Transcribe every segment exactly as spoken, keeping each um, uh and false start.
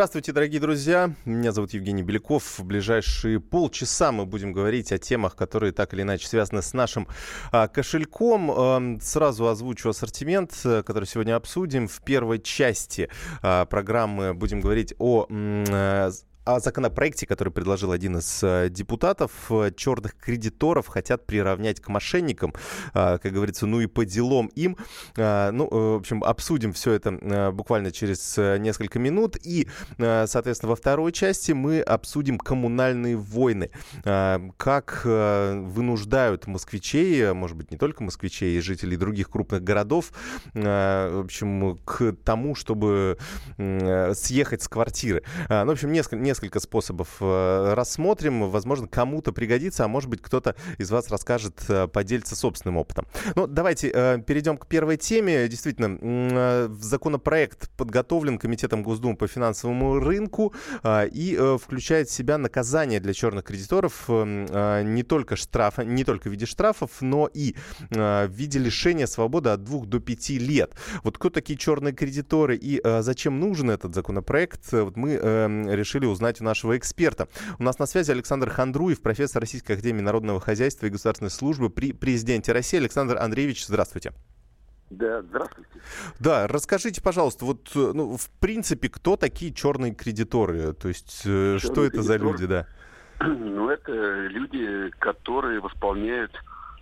Здравствуйте, дорогие друзья. Меня зовут Евгений Беляков. В ближайшие полчаса мы будем говорить о темах, которые так или иначе связаны с нашим а, кошельком. А, сразу озвучу ассортимент, который сегодня обсудим. В первой части а, программы будем говорить о... М- о законопроекте, который предложил один из э, депутатов. Черных кредиторов хотят приравнять к мошенникам. Э, как говорится, ну и по делам им. Э, ну, э, в общем, обсудим все это э, буквально через э, несколько минут. И, э, соответственно, во второй части мы обсудим коммунальные войны. Э, как э, вынуждают москвичей, может быть, не только москвичей, и жителей других крупных городов, э, в общем, к тому, чтобы э, съехать с квартиры. Э, ну, в общем, несколько Несколько способов э, рассмотрим. Возможно, кому-то пригодится, а может быть, кто-то из вас расскажет, э, поделится собственным опытом. Ну, давайте э, перейдем к первой теме. Действительно, э, законопроект подготовлен Комитетом Госдумы по финансовому рынку э, и э, включает в себя наказание для черных кредиторов э, не только штрафа, не только в виде штрафов, но и э, в виде лишения свободы от двух до пяти лет. Вот кто такие черные кредиторы и э, зачем нужен этот законопроект, вот мы э, решили узнать у нашего эксперта. У нас на связи Александр Хандруев, профессор Российской академии народного хозяйства и государственной службы при президенте России. Александр Андреевич, здравствуйте. Да, здравствуйте. Да, расскажите, пожалуйста, вот, ну, в принципе, кто такие черные кредиторы? То есть, черные что это кредитор, за люди, да? Ну, это люди, которые восполняют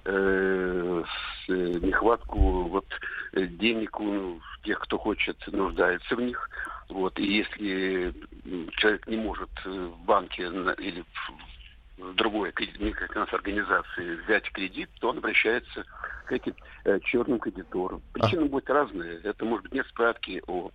э, нехватку вот, денег у тех, кто хочет, нуждается в них. Вот, и если человек не может в банке или в другой микрофинансовой организации взять кредит, то он обращается к этим э, черным кредиторам. Причины а. будут разные. Это, может быть, нет справки о,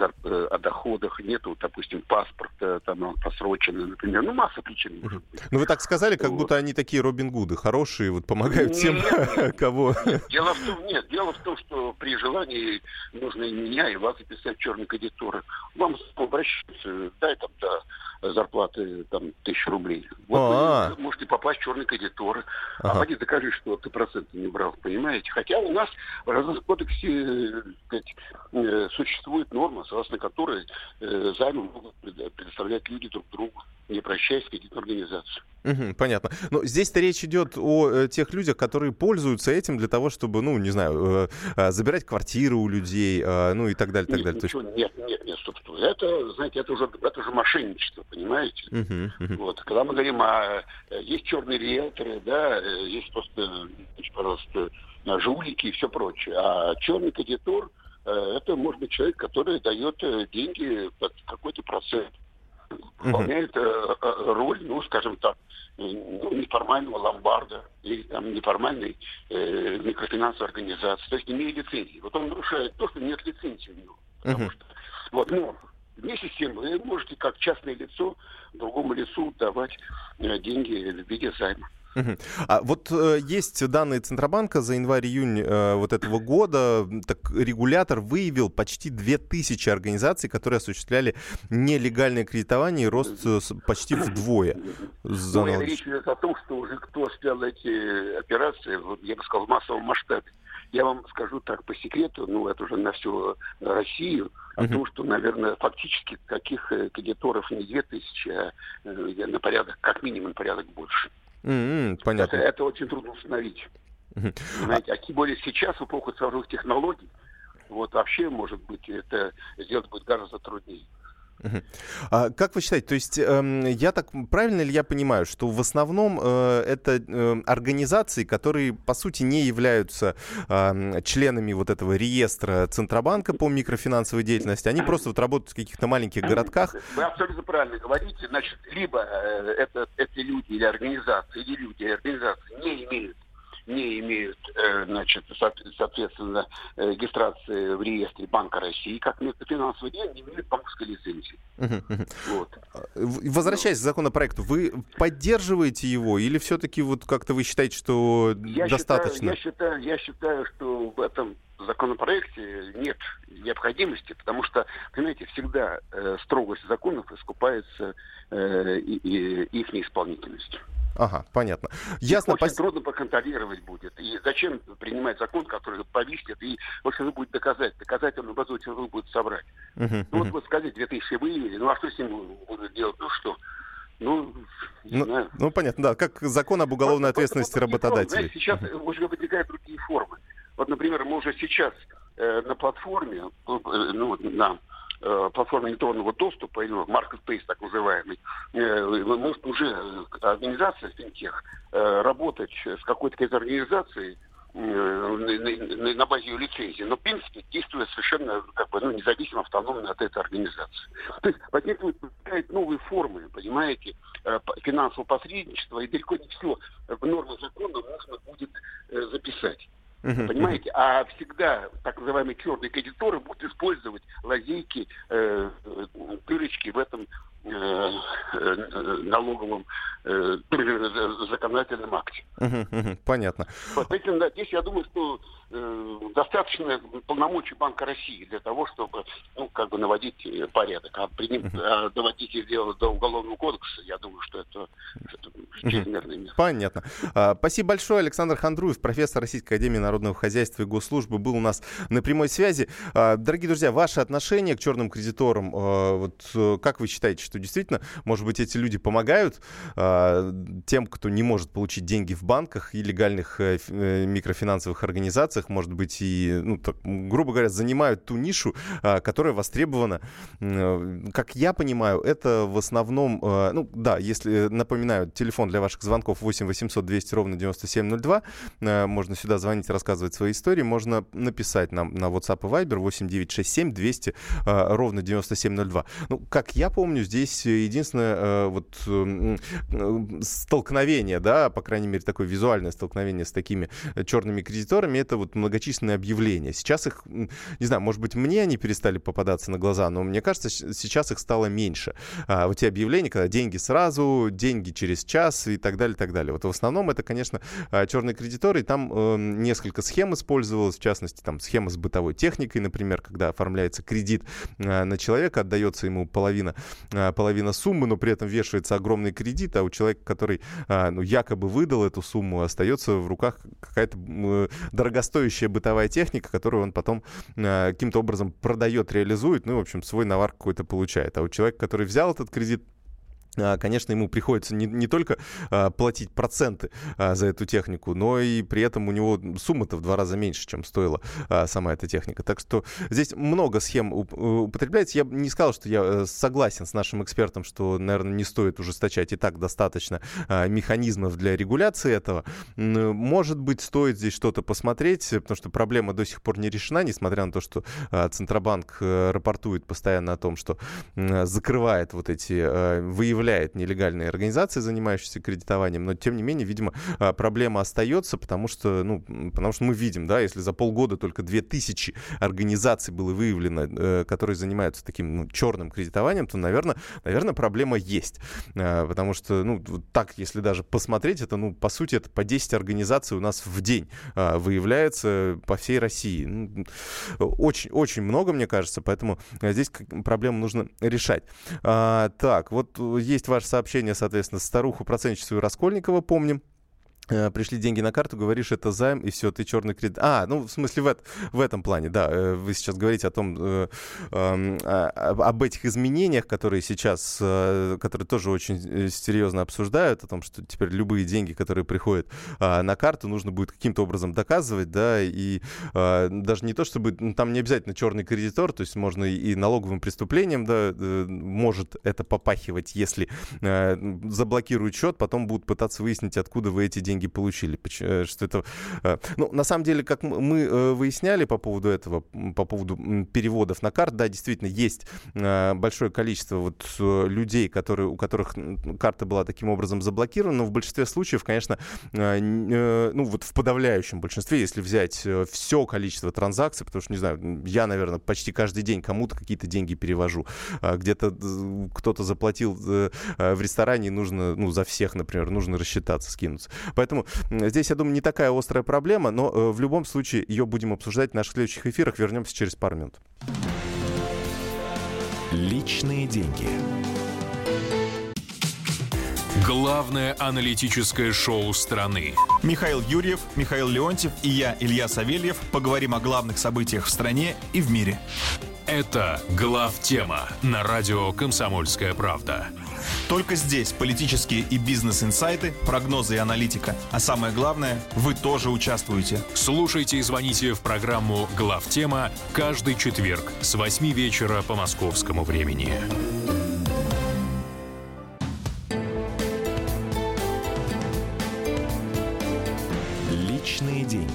о доходах, нету, допустим, паспорта, там он просроченный, например. Ну, масса причин. Угу. Ну, вы так сказали, как вот. будто они такие Робин Гуды, хорошие, вот помогают нет, тем, нет, кого... Нет, дело в том, нет, дело в том, что при желании нужно и меня, и вас записать в черные кредиторы. Вам обращаются, дай там, да, зарплаты там тысячу рублей. Вот А-а-а. вы можете попасть в черные кредиторы. Ага. А пойди докажи, что ты проценты не брал, понимаете? Хотя у нас в Гражданском кодексе сказать, существует норма, согласно которой э, займы могут предоставлять люди друг другу, не обращаясь к кредитной организации. Угу, понятно. Но здесь-то речь идет о э, тех людях, которые пользуются этим для того, чтобы, ну, не знаю, э, э, забирать квартиры у людей, э, ну и так далее, так нет, далее. Ничего, То есть... Нет, нет, нет, стоп, стоп. Это, знаете, это уже, это уже мошенничество, понимаете? Угу, угу. Вот, когда мы говорим о... Есть черные риэлторы, да, есть просто, пожалуйста, жулики и все прочее. А черный кредитор это может быть человек, который дает деньги под какой-то процент. Выполняет uh-huh. роль, ну, скажем так, ну, неформального ломбарда или там неформальной э, микрофинансовой организации, то есть не имея лицензии. Вот он нарушает то, что нет лицензии у него. Потому uh-huh. что, вот, но вместе с тем вы можете как частное лицо другому лицу давать э, деньги в виде займа. Uh-huh. А вот э, есть данные Центробанка за январь-июнь э, вот этого года. Так, регулятор выявил почти две тысячи организаций, которые осуществляли нелегальное кредитование, и рост э, почти вдвое. За... Ну, речь идет о том, что уже кто осуществлял эти операции, вот, я бы сказал, в массовом масштабе. Я вам скажу так по секрету, ну, это уже на всю Россию, о uh-huh. том, что, наверное, фактически таких кредиторов не две тысячи, а э, на порядок, как минимум на порядок больше. Mm-hmm, понятно. Это, это очень трудно установить. Mm-hmm. Знаете, а тем более сейчас, в эпоху цифровых технологий, вот вообще, может быть, это сделать будет гораздо труднее. Uh-huh. А как вы считаете, то есть э, я так правильно ли я понимаю, что в основном э, это э, организации, которые по сути не являются э, членами вот этого реестра Центробанка по микрофинансовой деятельности, они просто вот работают в каких-то маленьких городках? Вы абсолютно правильно говорите, значит, либо э, это, эти люди или организации, или люди или организации не имеют не имеют, значит, соответственно, регистрации в реестре Банка России, как микрофинансовый день, не имеют банковской лицензии. Uh-huh, uh-huh. Вот. Возвращаясь к законопроекту, вы поддерживаете его или все-таки вот как-то вы считаете, что я достаточно? Считаю, я, считаю, я считаю, что в этом законопроекте нет необходимости, потому что, понимаете, всегда э, строгость законов искупается э, и, и, их неисполнительностью. Ага, понятно. Ясно. Их очень трудно проконтролировать будет. И зачем принимать закон, который повиснет, и, в общем, вы будете доказать. Доказательную базу вы будете собрать. Uh-huh, ну, uh-huh. вот вы скажете, две тысячи выявили, ну, а что с ним будут делать? Ну, что? Ну, не ну, знаю. Ну, понятно, да. Как закон об уголовной вот, ответственности вот, вот, работодателей. Знаете, сейчас uh-huh. уже возникают другие формы. Вот, например, мы уже сейчас э, на платформе, э, ну, на платформе электронного доступа, или marketplace так называемый, может уже организация финтех работать с какой-то из организацией на базе ее лицензии, но в принципе действует совершенно как бы, ну, независимо, автономно от этой организации. То есть возникают новые формы, понимаете, финансового посредничества, и далеко не все в нормы закона можно будет записать. Uh-huh, Понимаете? Uh-huh. А всегда так называемые черные кредиторы будут использовать лазейки, э, дырочки в этом э, э, налоговом э, законодательном акте. Uh-huh, uh-huh. Понятно. Вот этим, да, здесь я думаю, что э, достаточно полномочий Банка России для того, чтобы, ну, как бы наводить порядок. А, приним, uh-huh. а доводить их дело до Уголовного кодекса, я думаю, что это, это чрезмерное место. Понятно. А, спасибо большое. Александр Хандруев, профессор Российской академии народного хозяйства и госслужбы, был у нас на прямой связи. А, дорогие друзья, ваше отношение к черным кредиторам, а, вот как вы считаете, что действительно, может быть, эти люди помогают а, тем, кто не может получить деньги в банках и легальных а, микрофинансовых организациях, может быть, и, ну, так, грубо говоря, занимают ту нишу, а, которая востребована. А, как я понимаю, это в основном, а, ну, да, если, напоминаю, телефон для ваших звонков восемь восемьсот двести ровно девяносто семь ноль два, а, можно сюда звонить, рассказывать свои истории, можно написать нам на WhatsApp и Viber восемь девятьсот шестьдесят семь двести а, ровно девяносто семь ноль два. Ну, как я помню, здесь единственное а, вот столкновение, да, по крайней мере, такое визуальное столкновение с такими черными кредиторами, это вот многочисленные объявления. Сейчас их, не знаю, может быть, мне они перестали попадаться на глаза, но мне кажется, сейчас их стало меньше. А, вот те объявления, когда деньги сразу, деньги через час и так далее, и так далее. Вот в основном это, конечно, черные кредиторы, и там э, несколько схем использовалось, в частности, там схема с бытовой техникой, например, когда оформляется кредит э, на человека, отдается ему половина, э, половина суммы, но при этом вешается огромный кредит, а у человека, который э, ну, якобы выдал эту сумму, остается в руках какая-то э, дорогостоящая бытовая техника, которую он потом э, каким-то образом продает, реализует, ну, в общем, свой навар какой-то получает. А у человека, который взял этот кредит, конечно, ему приходится не, не только а, платить проценты а, за эту технику, но и при этом у него сумма-то в два раза меньше, чем стоила а, сама эта техника. Так что здесь много схем уп- употребляется. Я бы не сказал, что я согласен с нашим экспертом, что, наверное, не стоит ужесточать. И так достаточно а, механизмов для регуляции этого. Может быть, стоит здесь что-то посмотреть, потому что проблема до сих пор не решена, несмотря на то, что а, Центробанк а, рапортует постоянно о том, что а, закрывает вот эти а, выявления, являет нелегальные организации, занимающиеся кредитованием, но тем не менее, видимо, проблема остается, потому что, ну, потому что мы видим, да, если за полгода только две тысячи организаций было выявлено, которые занимаются таким, ну, черным кредитованием, то, наверное, наверное, проблема есть, потому что, ну, так, если даже посмотреть, это, ну, по сути, это по десять организаций у нас в день выявляется по всей России. Очень, очень много, мне кажется, поэтому здесь проблему нужно решать. А, так, вот есть ваше сообщение, соответственно, старуху-процентщицу Раскольникова, помним. Пришли деньги на карту, говоришь, это займ, и все, ты черный кредит. А, ну, в смысле, в, это, в этом плане, да. Вы сейчас говорите о том, э, э, об этих изменениях, которые сейчас, э, которые тоже очень серьезно обсуждают, о том, что теперь любые деньги, которые приходят э, на карту, нужно будет каким-то образом доказывать, да, и э, даже не то, чтобы, ну, там не обязательно черный кредитор, то есть можно и налоговым преступлением, да, э, может это попахивать, если э, заблокируют счет, потом будут пытаться выяснить, откуда вы эти деньги получили. Что это, ну, на самом деле, как мы выясняли по поводу этого, по поводу переводов на карту, да, действительно, есть большое количество вот людей, которые, у которых карта была таким образом заблокирована, но в большинстве случаев, конечно, ну, вот в подавляющем большинстве, если взять все количество транзакций, потому что, не знаю, я, наверное, почти каждый день кому-то какие-то деньги перевожу. Где-то кто-то заплатил в ресторане, нужно, ну, за всех, например, нужно рассчитаться, скинуться. Поэтому здесь, я думаю, не такая острая проблема, но э, в любом случае ее будем обсуждать в наших следующих эфирах. Вернемся через пару минут. Личные деньги. Главное аналитическое шоу страны. Михаил Юрьев, Михаил Леонтьев и я, Илья Савельев, поговорим о главных событиях в стране и в мире. Это «Главтема» на радио «Комсомольская правда». Только здесь политические и бизнес-инсайты, прогнозы и аналитика. А самое главное, вы тоже участвуете. Слушайте и звоните в программу «Главтема» каждый четверг с восьми вечера по московскому времени. Личные деньги.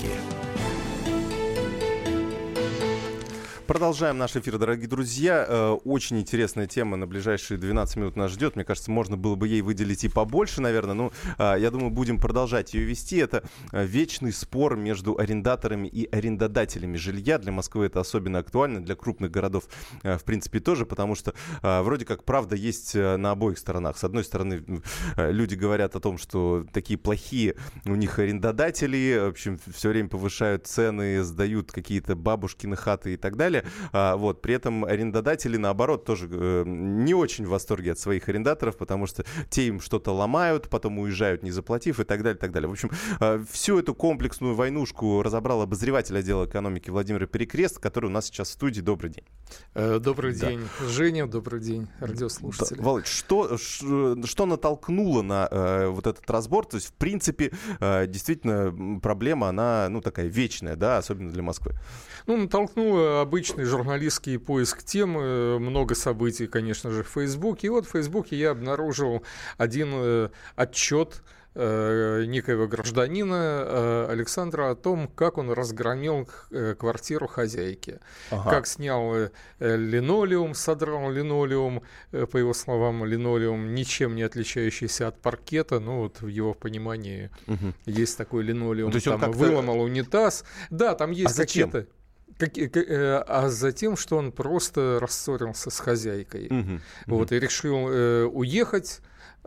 Продолжаем наш эфир, дорогие друзья. Очень интересная тема на ближайшие двенадцать минут нас ждет. Мне кажется, можно было бы ей выделить и побольше, наверное. Но я думаю, будем продолжать ее вести. Это вечный спор между арендаторами и арендодателями жилья. Для Москвы это особенно актуально, для крупных городов, в принципе, тоже, потому что вроде как правда есть на обоих сторонах. С одной стороны, люди говорят о том, что такие плохие у них арендодатели, в общем, все время повышают цены, сдают какие-то бабушкины хаты и так далее. А, вот, при этом арендодатели, наоборот, тоже э, не очень в восторге от своих арендаторов, потому что те им что-то ломают, потом уезжают, не заплатив, и так далее, и так далее. В общем, э, всю эту комплексную войнушку разобрал обозреватель отдела экономики Владимир Перекрест, который у нас сейчас в студии. Добрый день. Добрый да. день, Женя, добрый день, радиослушатели. Да, Володь, что, что натолкнуло на э, вот этот разбор? То есть, в принципе, э, действительно, проблема, она, ну, такая вечная, да, особенно для Москвы. Ну, натолкнуло обычный журналистский поиск темы, много событий, конечно же, в Фейсбуке. И вот в Фейсбуке я обнаружил один э, отчет э, некоего гражданина э, Александра о том, как он разгромил э, квартиру хозяйки. Ага. Как снял э, линолеум, содрал линолеум, э, по его словам, линолеум ничем не отличающийся от паркета. Ну, вот в его понимании угу. есть такой линолеум. Ну, там выломал унитаз. Да, там есть а какие-то... Как, а затем, что он просто рассорился с хозяйкой. Uh-huh, uh-huh. Вот, и решил э, уехать.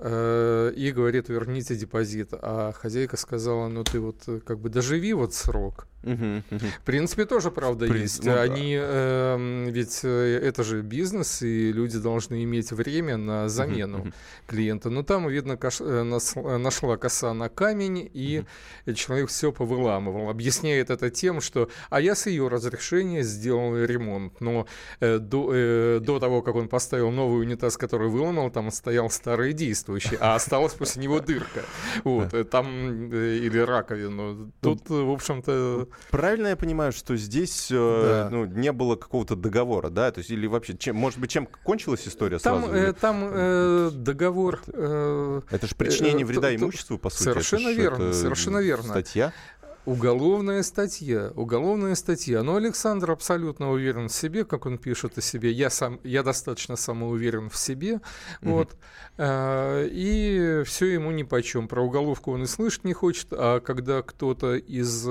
И говорит, верните депозит. А хозяйка сказала, ну ты вот как бы доживи вот срок. Uh-huh, uh-huh. В принципе, тоже правда При... есть. Ну, Они, да. э, ведь это же бизнес, и люди должны иметь время на замену uh-huh, uh-huh. клиента. Но там, видно, кош... нас... нашла коса на камень, и uh-huh. человек все повыламывал. Объясняет это тем, что а я с ее разрешения сделал ремонт. Но э, до, э, до того, как он поставил новый унитаз, который выломал, там стоял старый действующий. А осталась после него дырка. Вот, там, или раковина. Тут, в общем-то... Правильно я понимаю, что здесь да. ну, не было какого-то договора, да? То есть, или вообще, чем, может быть, чем кончилась история там, сразу? Э, там э, договор... Э, это же причинение э, вреда э, имуществу, по сути. Совершенно это верно, это совершенно верно. Статья? Уголовная статья, уголовная статья. Но Александр абсолютно уверен в себе, как он пишет о себе. Я, сам, я достаточно самоуверен в себе. Uh-huh. Вот, а, и все ему нипочем. Про уголовку он и слышать не хочет. А когда кто-то из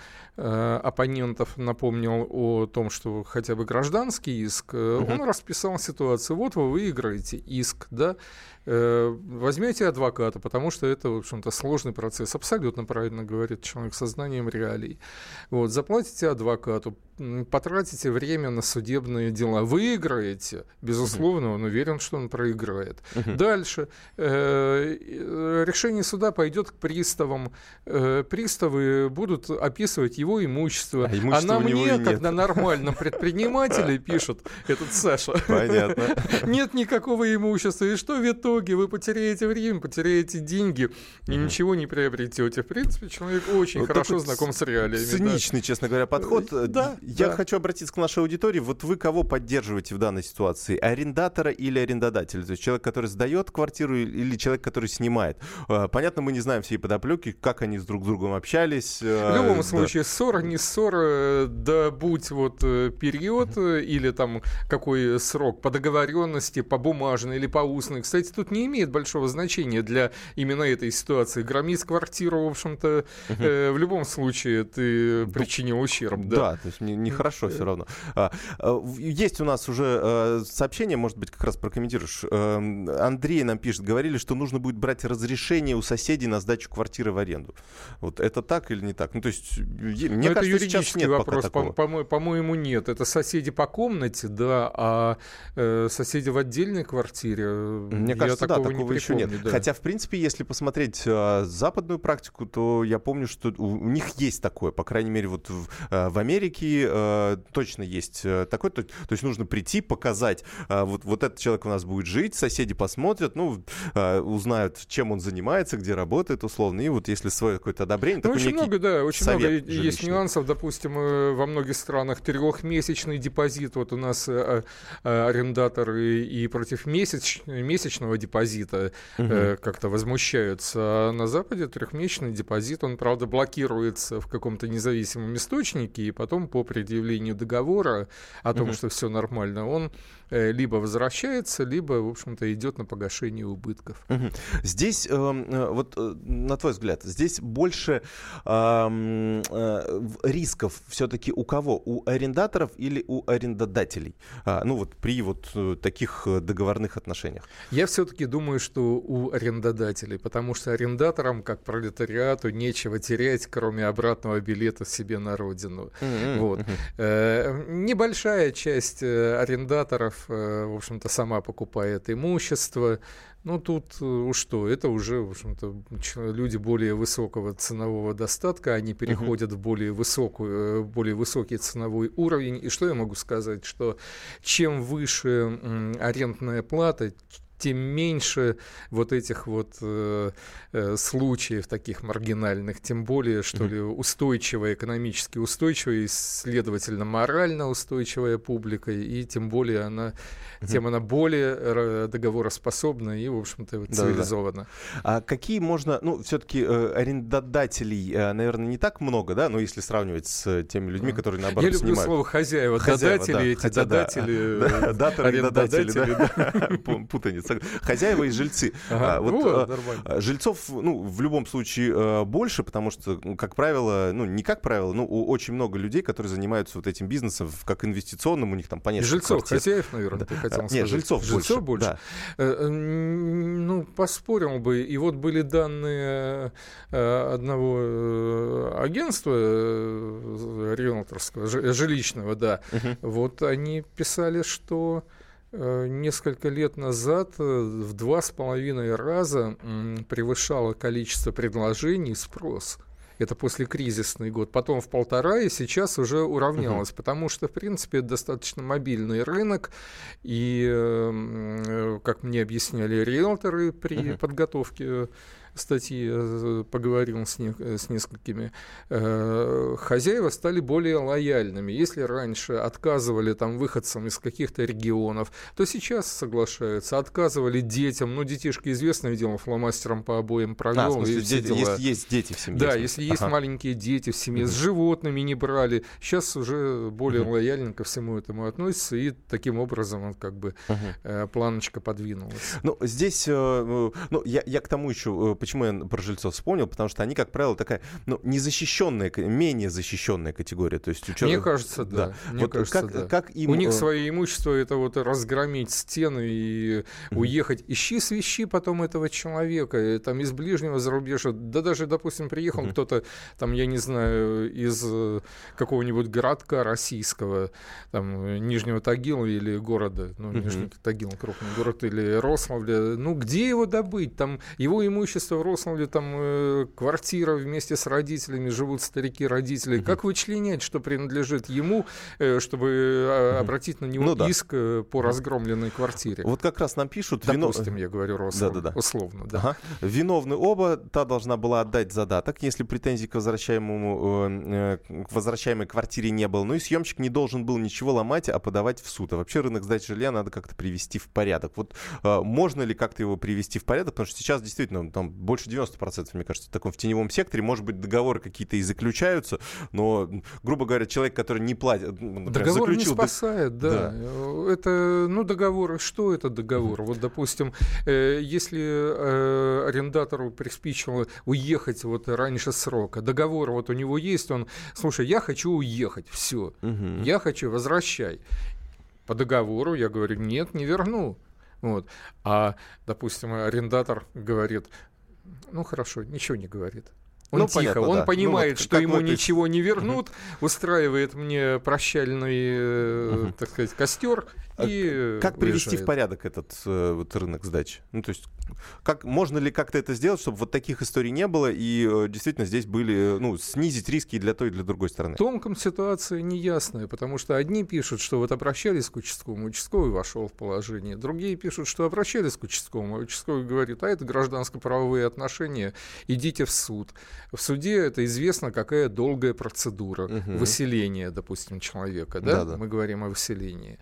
а, оппонентов напомнил о том, что хотя бы гражданский иск, uh-huh. он расписал ситуацию. Вот вы выиграете иск, да, возьмете адвоката, потому что это, в общем-то, сложный процесс. Абсолютно правильно говорит человек со знанием реалий. Вот, заплатите адвокату, потратите время на судебные дела, выиграете, безусловно, он уверен, что он проиграет. Uh-huh. Дальше э, решение суда пойдет к приставам. Э, приставы будут описывать его имущество. А, а на мне, как на нормальном предпринимателе, пишет этот Саша, понятно. Нет никакого имущества. И что в итоге? Вы потеряете время, потеряете деньги и uh-huh. ничего не приобретете. В принципе, человек очень вот хорошо знаком с реалиями. Циничный, да. честно говоря, подход. Да. Я да. хочу обратиться к нашей аудитории. Вот вы кого поддерживаете в данной ситуации? Арендатора или арендодателя? То есть человек, который сдает квартиру, или человек, который снимает? Понятно, мы не знаем всей подоплеки, как они с друг с другом общались. В любом да. случае, ссора, не ссора, да будь вот период uh-huh. или там какой срок по договоренности, по бумажной или по устной. Кстати, тут не имеет большого значения для именно этой ситуации. Громить квартиру, в общем-то, uh-huh. э, в любом любом случае ты причинил ущерб. Да, да, то есть нехорошо не все равно. Есть у нас уже сообщение, может быть, как раз прокомментируешь. Андрей нам пишет, говорили, что нужно будет брать разрешение у соседей на сдачу квартиры в аренду. Вот это так или не так? Ну, то есть, мне Но кажется, это сейчас нет вопрос. пока такого. По- по- по-моему, нет. Это соседи по комнате, да, а э, соседи в отдельной квартире, мне я кажется, такого, да, такого не еще нет. Да. Хотя, в принципе, если посмотреть э, западную практику, то я помню, что у, у них есть такое. По крайней мере, вот в, э, в Америке э, точно есть э, такое. То, то есть нужно прийти, показать, э, вот, вот этот человек у нас будет жить, соседи посмотрят, ну, э, узнают, чем он занимается, где работает, условно. И вот если свое какое-то одобрение, ну, такой очень некий много, да, очень много жилищный. Есть нюансов. Допустим, во многих странах трехмесячный депозит. Вот у нас э, э, арендаторы и против месяч, месячного депозита угу. э, как-то возмущаются. А на Западе трехмесячный депозит, он, правда, блокируется в каком-то независимом источнике, и потом по предъявлению договора о том, угу. что все нормально, он э, либо возвращается, либо, в общем-то, идет на погашение убытков. Угу. Здесь, э, вот, э, на твой взгляд, здесь больше э, э, рисков все-таки у кого? У арендаторов или у арендодателей? А, ну вот при вот э, таких договорных отношениях. Я все-таки думаю, что у арендодателей, потому что арендаторам, как пролетариату, нечего терять, кроме обратного билета себе на родину. Mm-hmm. Вот. Mm-hmm. Э, небольшая часть арендаторов, э, в общем-то, сама покупает имущество. Ну, тут уж что, это уже, в общем-то, люди более высокого ценового достатка, они переходят uh-huh. в более, высокую, более высокий ценовой уровень. И что я могу сказать, что чем выше м, арендная плата, тем меньше вот этих вот э, э, случаев таких маргинальных, тем более, что mm-hmm. ли, устойчивая, экономически устойчивая и, следовательно, морально устойчивая публика, и тем более она, mm-hmm. тем она более договороспособна и, в общем-то, цивилизована. А какие можно, ну, все-таки э, арендодателей, э, наверное, не так много, да, но если сравнивать с теми людьми, mm-hmm. которые, наоборот, Я снимают. люблю слово «хозяева», додатели, да, эти хотя, додатели, да, да, арендодатели, путаница. Хозяева и жильцы. Ага, а, вот, ну, а, жильцов, ну, в любом случае больше, потому что, как правило, ну, не как правило, но очень много людей, которые занимаются вот этим бизнесом, как инвестиционным, у них там понятно. Жильцов, квартир. Хозяев, наверное, да. ты хотел а, сказать. Нет, жильцов, жильцов больше. больше. Да. Ну, поспорил бы. И вот были данные одного агентства риэлторского, жилищного, да. Uh-huh. Вот они писали, что несколько лет назад в два с половиной раза превышало количество предложений спрос. Это после кризисный год. Потом в полтора, и сейчас уже уравнялось. Uh-huh. Потому что, в принципе, это достаточно мобильный рынок. И, как мне объясняли риэлторы при uh-huh. подготовке статьи, поговорил с, не, с несколькими, э, хозяева стали более лояльными. Если раньше отказывали там выходцам из каких-то регионов, то сейчас соглашаются. Отказывали детям, ну, детишки, известное дело, фломастером по обоим провел. А, в смысле, и все дети, если есть дети в семье. Да, если есть ага. маленькие дети в семье, uh-huh. с животными не брали. Сейчас уже более uh-huh. лояльно ко всему этому относятся, и таким образом вот, как бы uh-huh. э, планочка подвинулась. Ну, здесь, э, ну, я, я к тому еще, почему я про жильцов вспомнил, потому что они, как правило, такая, ну, незащищенная, менее защищенная категория. То есть, учет... Мне кажется, да. да. Мне вот кажется, как, да. Как им... У них свое имущество — это вот разгромить стены и mm-hmm. уехать. Ищи, свищи потом этого человека, там из ближнего зарубежа, да даже, допустим, приехал mm-hmm. кто-то, там, я не знаю, из какого-нибудь городка российского, там, Нижнего Тагила или города, ну, mm-hmm. Нижний Тагил, крупный город, или Рославля, ну, где его добыть? Там его имущество в Рославле, там э, квартира вместе с родителями, живут старики-родители. Mm-hmm. Как вычленять, что принадлежит ему, э, чтобы э, mm-hmm. обратить на него ну, иск да. по разгромленной квартире? Вот как раз нам пишут... Допустим, вино... я говорю Рославле, да, да, да. условно. Да. Ага. Виновны оба, та должна была отдать задаток, если претензий к возвращаемому, э, к возвращаемой квартире не было. Ну и съемщик не должен был ничего ломать, а подавать в суд. А вообще рынок сдачи жилья надо как-то привести в порядок. Вот э, можно ли как-то его привести в порядок? Потому что сейчас действительно там больше девяносто процентов, мне кажется, в таком в теневом секторе. Может быть, договоры какие-то и заключаются, но, грубо говоря, человек, который не платит... Например, договор заключил... не спасает, да. да. Это, ну, договор, что это договор? Вот, допустим, э, если э, арендатору приспичило уехать вот раньше срока, договор вот у него есть, он, слушай, я хочу уехать, все, угу. я хочу, возвращай. По договору я говорю, нет, не верну. Вот. А, допустим, арендатор говорит, ну, хорошо, ничего не говорит. Он ну, тихо, понятно, он да. понимает, ну, вот, что ему ничего не вернут, uh-huh. устраивает мне прощальный, uh-huh. так сказать, костер и Как привести уезжает. в порядок этот вот, рынок сдачи? Ну, то есть, как, можно ли как-то это сделать, чтобы вот таких историй не было и действительно здесь были, ну, снизить риски и для той, и для другой стороны? В тонком ситуация неясная, потому что одни пишут, что вот обращались к участковому, участковый вошел в положение, другие пишут, что обращались к участковому, а участковый говорит, а это гражданско-правовые отношения, идите в суд. В суде это известно, какая долгая процедура угу. выселения, допустим, человека. Да? Да-да. Мы говорим о выселении.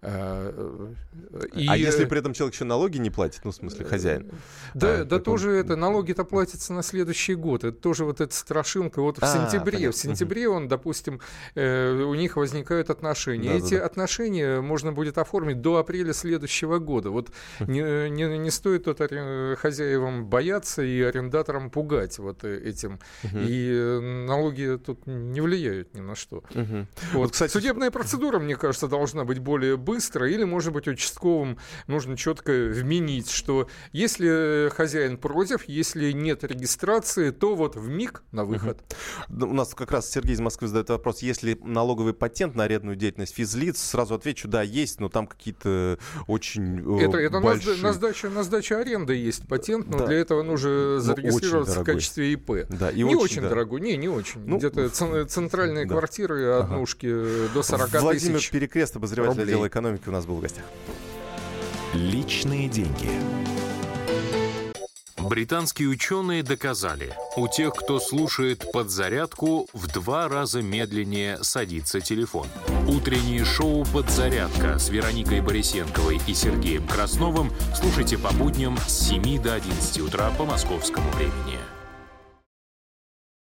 И... А если при этом человек еще налоги не платит, ну, в смысле, хозяин? Да, а, да тоже он... это, налоги-то платятся на следующий год. Это тоже вот эта страшилка. Вот в а, сентябре, понятно. в сентябре он, допустим, э, у них возникают отношения. Да, Эти да, да. отношения можно будет оформить до апреля следующего года. Вот не, не, не стоит тут хозяевам бояться и арендаторам пугать вот этим. Угу. И налоги тут не влияют ни на что. Угу. Вот. Вот, кстати... Судебная процедура, мне кажется, должна быть более быстро, или, может быть, участковым нужно четко вменить, что если хозяин против, если нет регистрации, то вот вмиг на выход. Uh-huh. У нас как раз Сергей из Москвы задает вопрос, есть ли налоговый патент на арендную деятельность физлиц? Сразу отвечу, да, есть, но там какие-то очень это, это большие... на сдачу, на сдачу аренды есть патент, но да. для этого нужно зарегистрироваться в качестве ИП. Да, и не очень, очень да. дорогой, не, не очень. Ну, Где-то центральные да. квартиры, однушки ага. до сорок тысяч Владимир Перекрест, обозреватель отдела экономики, у нас был в гостях. Личные деньги. Британские ученые доказали, у тех, кто слушает «Подзарядку», в два раза медленнее садится телефон. Утреннее шоу «Подзарядка» с Вероникой Борисенковой и Сергеем Красновым слушайте по будням с семи до одиннадцати утра по московскому времени.